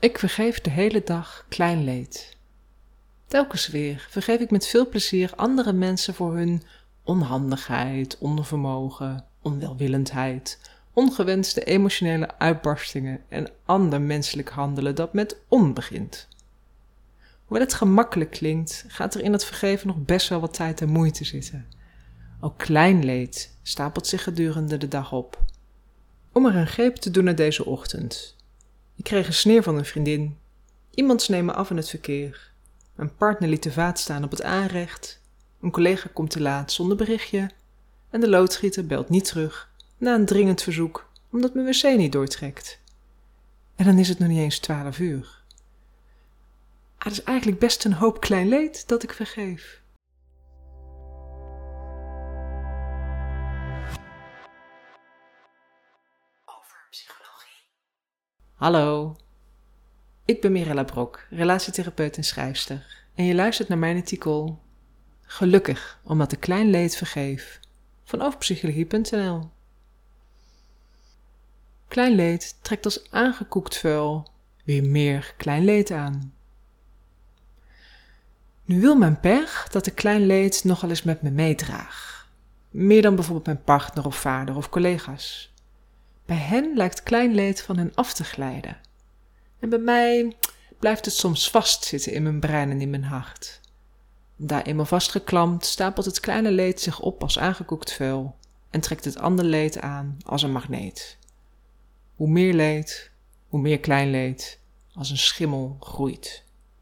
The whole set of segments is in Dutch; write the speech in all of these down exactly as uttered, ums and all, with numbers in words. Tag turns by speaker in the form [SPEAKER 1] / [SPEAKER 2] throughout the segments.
[SPEAKER 1] Ik vergeef de hele dag klein leed. Telkens weer vergeef ik met veel plezier andere mensen voor hun onhandigheid, onvermogen, onwelwillendheid, ongewenste emotionele uitbarstingen en ander menselijk handelen dat met on begint. Hoewel het gemakkelijk klinkt, gaat er in het vergeven nog best wel wat tijd en moeite zitten. Ook klein leed stapelt zich gedurende de dag op. Om er een greep te doen naar deze ochtend. Ik kreeg een sneer van een vriendin. Iemand sneed me af in het verkeer. Mijn partner liet de vaat staan op het aanrecht. Een collega komt te laat zonder berichtje. En de loodgieter belt niet terug na een dringend verzoek omdat mijn wc niet doortrekt. En dan is het nog niet eens twaalf uur. Ah, dat is eigenlijk best een hoop klein leed dat ik vergeef.
[SPEAKER 2] Over psychologie.
[SPEAKER 1] Hallo, ik ben Mirella Brok, relatietherapeut en schrijfster. En je luistert naar mijn artikel Gelukkig, omdat ik klein leed vergeef, van overpsychologie punt n l. Klein leed trekt als aangekoekt vuil weer meer klein leed aan. Nu wil mijn pech dat ik klein leed nogal eens met me meedraag. Meer dan bijvoorbeeld mijn partner of vader of collega's. Bij hen lijkt klein leed van hen af te glijden. En bij mij blijft het soms vastzitten in mijn brein en in mijn hart. Daar eenmaal vastgeklampt stapelt het kleine leed zich op als aangekoekt vuil en trekt het ander leed aan als een magneet. Hoe meer leed, hoe meer klein leed als een schimmel groeit.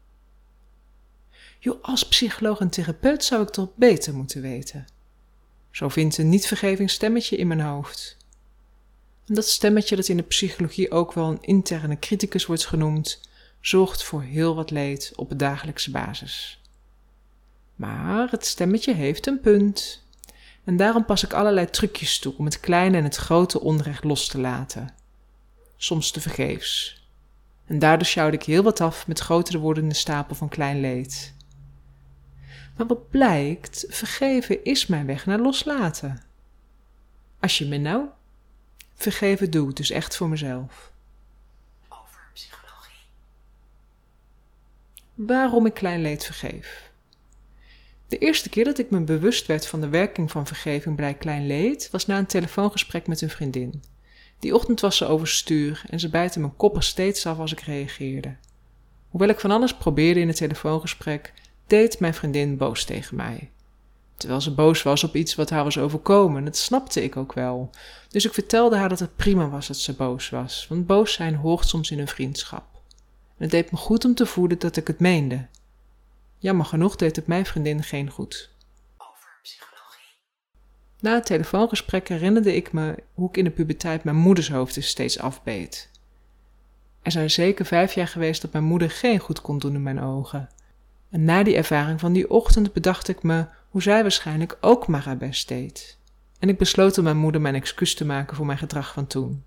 [SPEAKER 1] Joh, als psycholoog en therapeut zou ik toch beter moeten weten. Zo vindt een niet-vergevingsstemmetje in mijn hoofd. En dat stemmetje, dat in de psychologie ook wel een interne criticus wordt genoemd, zorgt voor heel wat leed op dagelijkse basis. Maar het stemmetje heeft een punt. En daarom pas ik allerlei trucjes toe om het kleine en het grote onrecht los te laten. Soms tevergeefs. En daardoor sjouwde ik heel wat af met groter wordende stapel van klein leed. Maar wat blijkt, vergeven is mijn weg naar loslaten. Als je me nou... Vergeven doe ik dus echt voor mezelf.
[SPEAKER 2] Over psychologie.
[SPEAKER 1] Waarom ik klein leed vergeef? De eerste keer dat ik me bewust werd van de werking van vergeving bij klein leed, was na een telefoongesprek met een vriendin. Die ochtend was ze overstuur en ze bijtte mijn kop er steeds af als ik reageerde. Hoewel ik van alles probeerde in het telefoongesprek, deed mijn vriendin boos tegen mij. Terwijl ze boos was op iets wat haar was overkomen, dat snapte ik ook wel. Dus ik vertelde haar dat het prima was dat ze boos was, want boos zijn hoort soms in een vriendschap. En het deed me goed om te voelen dat ik het meende. Jammer genoeg deed het mijn vriendin geen goed.
[SPEAKER 2] Over psychologie.
[SPEAKER 1] Na het telefoongesprek herinnerde ik me hoe ik in de puberteit mijn moeders hoofd dus steeds afbeet. Er zijn zeker vijf jaar geweest dat mijn moeder geen goed kon doen in mijn ogen. En na die ervaring van die ochtend bedacht ik me hoe zij waarschijnlijk ook maar haar best deed. En ik besloot om mijn moeder mijn excuus te maken voor mijn gedrag van toen.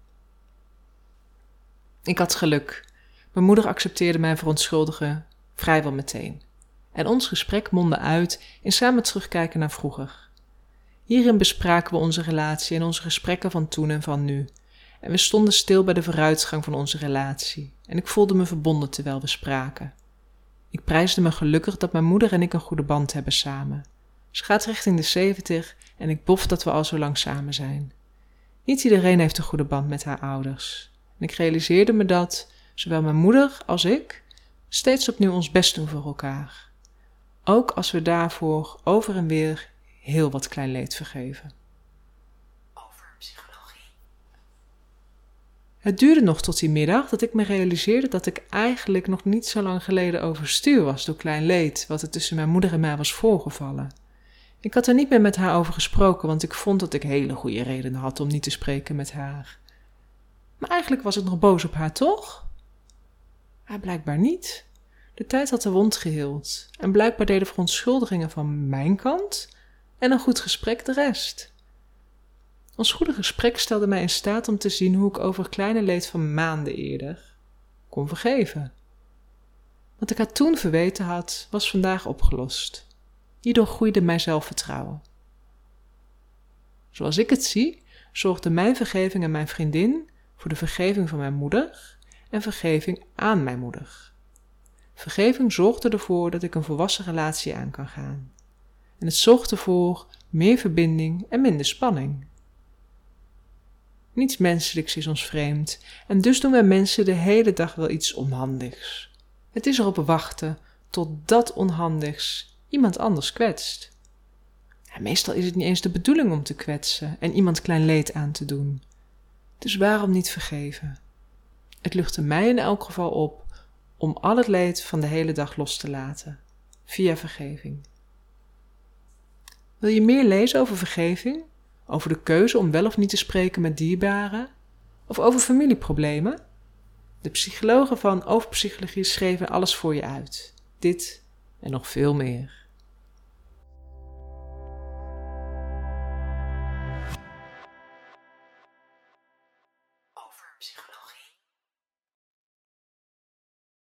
[SPEAKER 1] Ik had geluk. Mijn moeder accepteerde mijn verontschuldigen vrijwel meteen. En ons gesprek mondde uit in samen terugkijken naar vroeger. Hierin bespraken we onze relatie en onze gesprekken van toen en van nu. En we stonden stil bij de vooruitgang van onze relatie. En ik voelde me verbonden terwijl we spraken. Ik prijsde me gelukkig dat mijn moeder en ik een goede band hebben samen. Ze gaat richting de zeventig en ik bof dat we al zo lang samen zijn. Niet iedereen heeft een goede band met haar ouders. En ik realiseerde me dat, zowel mijn moeder als ik, steeds opnieuw ons best doen voor elkaar. Ook als we daarvoor over en weer heel wat klein leed vergeven.
[SPEAKER 2] Over psychologie.
[SPEAKER 1] Het duurde nog tot die middag dat ik me realiseerde dat ik eigenlijk nog niet zo lang geleden overstuur was door klein leed, wat er tussen mijn moeder en mij was voorgevallen. Ik had er niet meer met haar over gesproken, want ik vond dat ik hele goede redenen had om niet te spreken met haar. Maar eigenlijk was ik nog boos op haar, toch? Maar blijkbaar niet. De tijd had de wond geheeld en blijkbaar deden verontschuldigingen van mijn kant en een goed gesprek de rest. Ons goede gesprek stelde mij in staat om te zien hoe ik over kleine leed van maanden eerder kon vergeven. Wat ik haar toen verweten had, was vandaag opgelost. Hierdoor groeide mijn zelfvertrouwen. Zoals ik het zie, zorgden mijn vergeving en mijn vriendin voor de vergeving van mijn moeder en vergeving aan mijn moeder. Vergeving zorgde ervoor dat ik een volwassen relatie aan kan gaan. En het zorgt ervoor meer verbinding en minder spanning. Niets menselijks is ons vreemd en dus doen wij mensen de hele dag wel iets onhandigs. Het is erop wachten tot dat onhandigs iemand anders kwetst. Ja, meestal is het niet eens de bedoeling om te kwetsen en iemand klein leed aan te doen. Dus waarom niet vergeven? Het luchtte mij in elk geval op om al het leed van de hele dag los te laten, via vergeving. Wil je meer lezen over vergeving? Over de keuze om wel of niet te spreken met dierbaren? Of over familieproblemen? De psychologen van Overpsychologie schreven alles voor je uit. Dit en nog veel meer.